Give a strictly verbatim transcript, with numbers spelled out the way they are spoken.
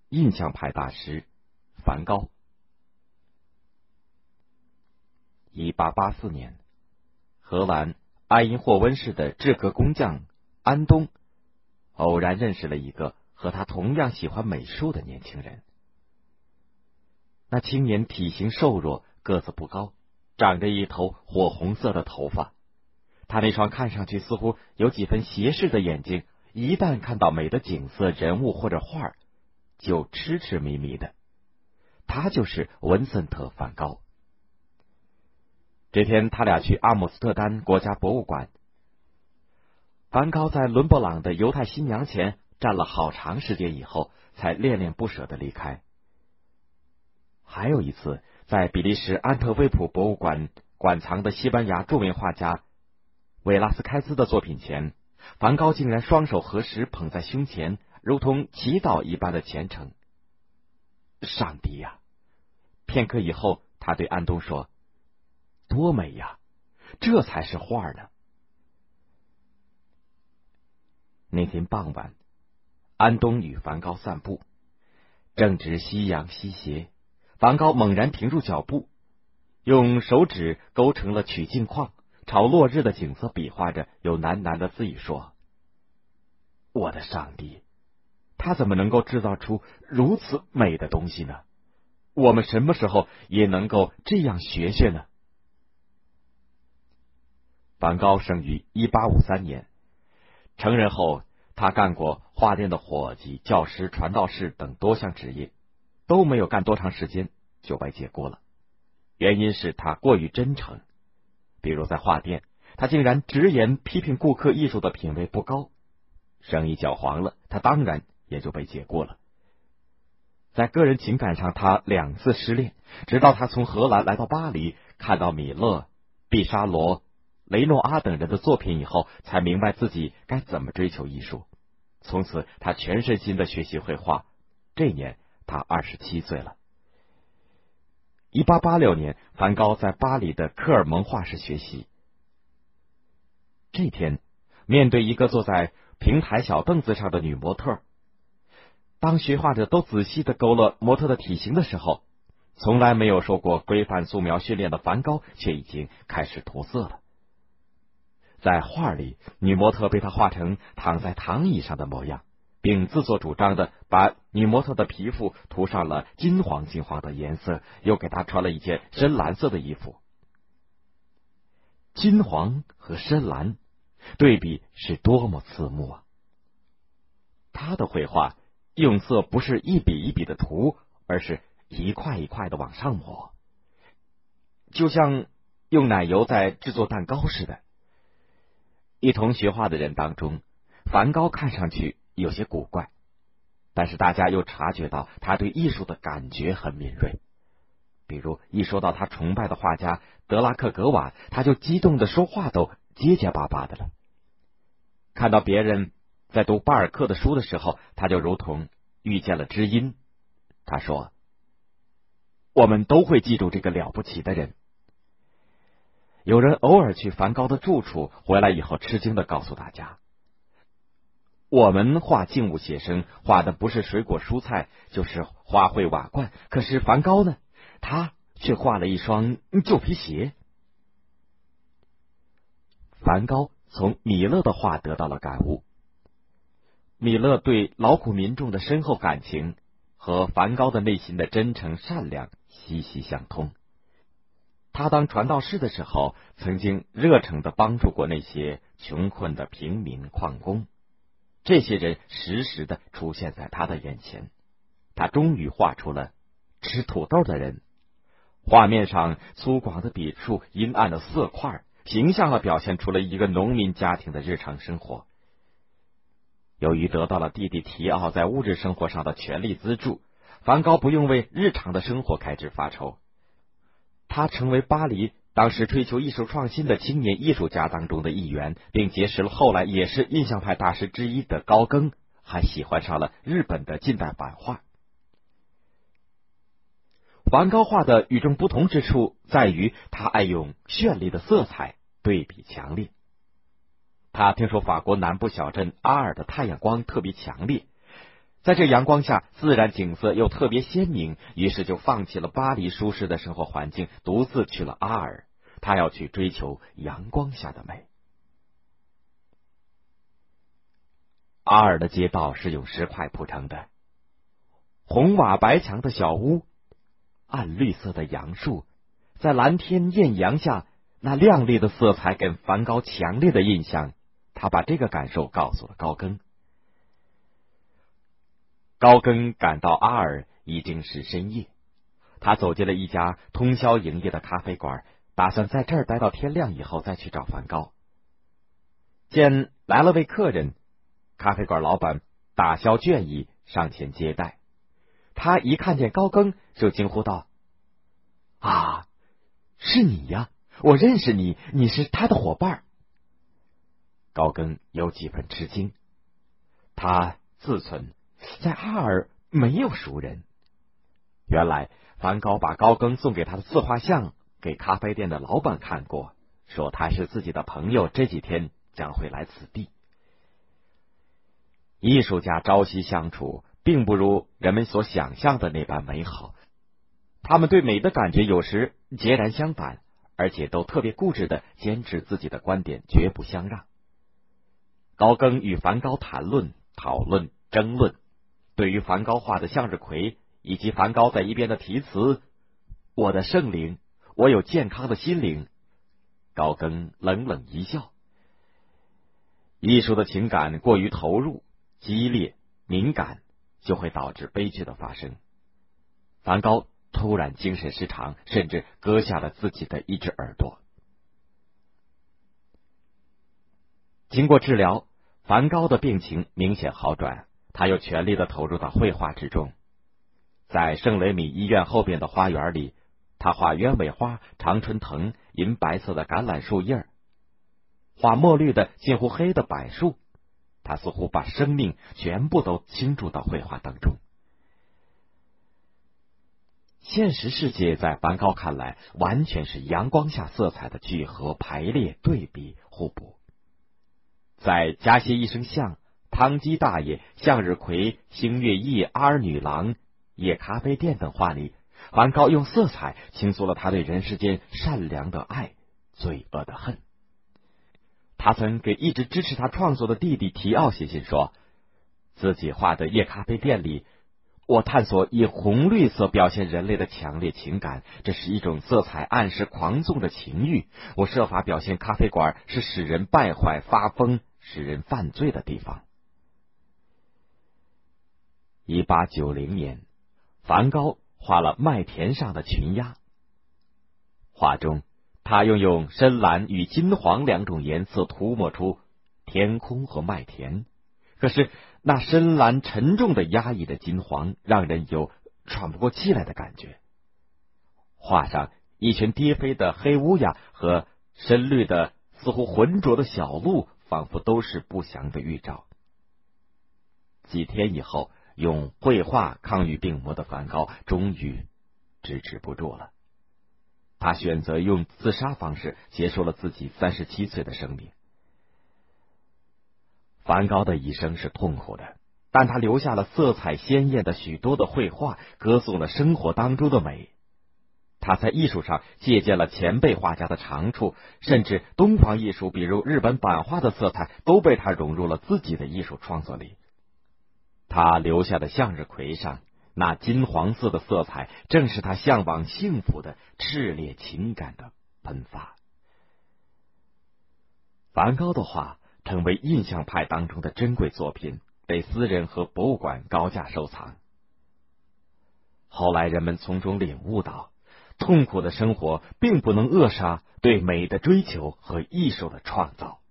印象派大师梵高。一八八四年，荷兰埃因霍温市的制革工匠安东偶然认识了一个和他同样喜欢美术的年轻人。那青年体型瘦弱，个子不高，长着一头火红色的头发。他那双看上去似乎有几分斜视的眼睛，一旦看到美的景色、人物或者画，就痴痴迷迷的。他就是文森特·梵高。这天，他俩去阿姆斯特丹国家博物馆。梵高在伦勃朗的犹太新娘前站了好长时间以后，才恋恋不舍的离开。还有一次，在比利时安特卫普博物馆馆藏的西班牙著名画家韦拉斯开兹的作品前，梵高竟然双手合十捧在胸前，如同祈祷一般的虔诚。上帝呀！片刻以后，他对安东说：“多美呀，这才是画呢。”那天傍晚，安东与梵高散步，正值夕阳西斜，梵高猛然停住脚步，用手指勾成了曲径框，朝落日的景色比划着，又喃喃的自语说：“我的上帝，他怎么能够制造出如此美的东西呢？我们什么时候也能够这样学学呢？”梵高生于一八五三年，成人后，他干过画店的伙计、教师、传道士等多项职业，都没有干多长时间就被解雇了。原因是他过于真诚，比如在画店，他竟然直言批评顾客艺术的品味不高，生意搅黄了，他当然也就被解雇了。在个人情感上，他两次失恋，直到他从荷兰来到巴黎，看到米勒、毕沙罗、雷诺阿等人的作品以后，才明白自己该怎么追求艺术。从此，他全身心的学习绘画。这年，他二十七岁了。一八八六年，梵高在巴黎的科尔蒙画室学习。这天，面对一个坐在平台小凳子上的女模特，当学画者都仔细的勾勒模特的体型的时候，从来没有受过规范素描训练的梵高却已经开始涂色了。在画里，女模特被他画成躺在躺椅上的模样，并自作主张的把女模特的皮肤涂上了金黄金黄的颜色，又给她穿了一件深蓝色的衣服。金黄和深蓝对比是多么刺目啊！他的绘画用色不是一笔一笔的涂，而是一块一块的往上抹，就像用奶油在制作蛋糕似的。一同学画的人当中，梵高看上去有些古怪，但是大家又察觉到他对艺术的感觉很敏锐。比如一说到他崇拜的画家德拉克格瓦，他就激动的说话都结结巴巴的了。看到别人在读巴尔克的书的时候，他就如同遇见了知音。他说：“我们都会记住这个了不起的人。”有人偶尔去梵高的住处，回来以后吃惊的告诉大家：“我们画静物写生，画的不是水果蔬菜，就是花卉瓦罐。可是梵高呢，他却画了一双旧皮鞋。”梵高从米勒的画得到了感悟。米勒对劳苦民众的深厚感情和梵高的内心的真诚善良息息相通。他当传道士的时候，曾经热诚的帮助过那些穷困的平民矿工，这些人时时的出现在他的眼前。他终于画出了吃土豆的人，画面上粗犷的笔触、阴暗的色块，形象地表现出了一个农民家庭的日常生活。由于得到了弟弟提奥在物质生活上的全力资助，梵高不用为日常的生活开支发愁。他成为巴黎当时追求艺术创新的青年艺术家当中的一员，并结识了后来也是印象派大师之一的高更，还喜欢上了日本的近代版画。梵高画的与众不同之处在于他爱用绚丽的色彩，对比强烈。他听说法国南部小镇阿尔的太阳光特别强烈， 在这阳光下，自然景色又特别鲜明，于是就放弃了巴黎舒适的生活环境，独自去了阿尔。他要去追求阳光下的美。阿尔的街道是用石块铺成的，红瓦白墙的小屋，暗绿色的杨树，在蓝天艳阳下，那亮丽的色彩给梵高强烈的印象。他把这个感受告诉了高更。高更赶到阿尔已经是深夜，他走进了一家通宵营业的咖啡馆，打算在这儿待到天亮以后再去找梵高。见来了位客人，咖啡馆老板打消倦意，上前接待。他一看见高更，就惊呼道：“啊，是你呀！我认识你，你是他的伙伴。”高更有几分吃惊，他自存在阿尔没有熟人。原来梵高把高更送给他的自画像给咖啡店的老板看过，说他是自己的朋友，这几天将会来此地。艺术家朝夕相处，并不如人们所想象的那般美好。他们对美的感觉有时截然相反，而且都特别固执的坚持自己的观点，绝不相让。高更与梵高谈论、讨论、争论，对于梵高画的向日葵，以及梵高在一边的题词“我的圣灵，我有健康的心灵”，高更冷冷一笑。艺术的情感过于投入、激烈、敏感，就会导致悲剧的发生。梵高突然精神失常，甚至割下了自己的一只耳朵。经过治疗，梵高的病情明显好转，他又全力的投入到绘画之中。在圣雷米医院后边的花园里，他画鸢尾花、常春藤、银白色的橄榄树叶，画墨绿的近乎黑的柏树。他似乎把生命全部都倾注到绘画当中。现实世界在梵高看来，完全是阳光下色彩的聚合、排列、对比、互补。在加歇医生像、汤基大爷、向日葵、星月夜、阿尔女郎、夜咖啡店等画里，梵高用色彩倾诉了他对人世间善良的爱、罪恶的恨。他曾给一直支持他创作的弟弟提奥写信说，自己画的夜咖啡店里，我探索以红绿色表现人类的强烈情感，这是一种色彩暗示狂纵的情欲。我设法表现咖啡馆是使人败坏、发疯、使人犯罪的地方。一八九零年，梵高画了麦田上的群鸭。画中，他又用深蓝与金黄两种颜色涂抹出天空和麦田。可是那深蓝沉重的压抑的金黄，让人有喘不过气来的感觉。画上一群跌飞的黑乌鸦和深绿的似乎浑浊的小鹿，仿佛都是不祥的预兆。几天以后，用绘画抗御病魔的梵高终于支持不住了，他选择用自杀方式结束了自己三十七岁的生命。梵高的一生是痛苦的，但他留下了色彩鲜艳的许多的绘画，歌颂了生活当中的美。他在艺术上借鉴了前辈画家的长处，甚至东方艺术，比如日本版画的色彩，都被他融入了自己的艺术创作里。他留下的向日葵上那金黄色的色彩，正是他向往幸福的炽烈情感的喷发。梵高的画成为印象派当中的珍贵作品，被私人和博物馆高价收藏。后来人们从中领悟到，痛苦的生活并不能扼杀对美的追求和艺术的创造。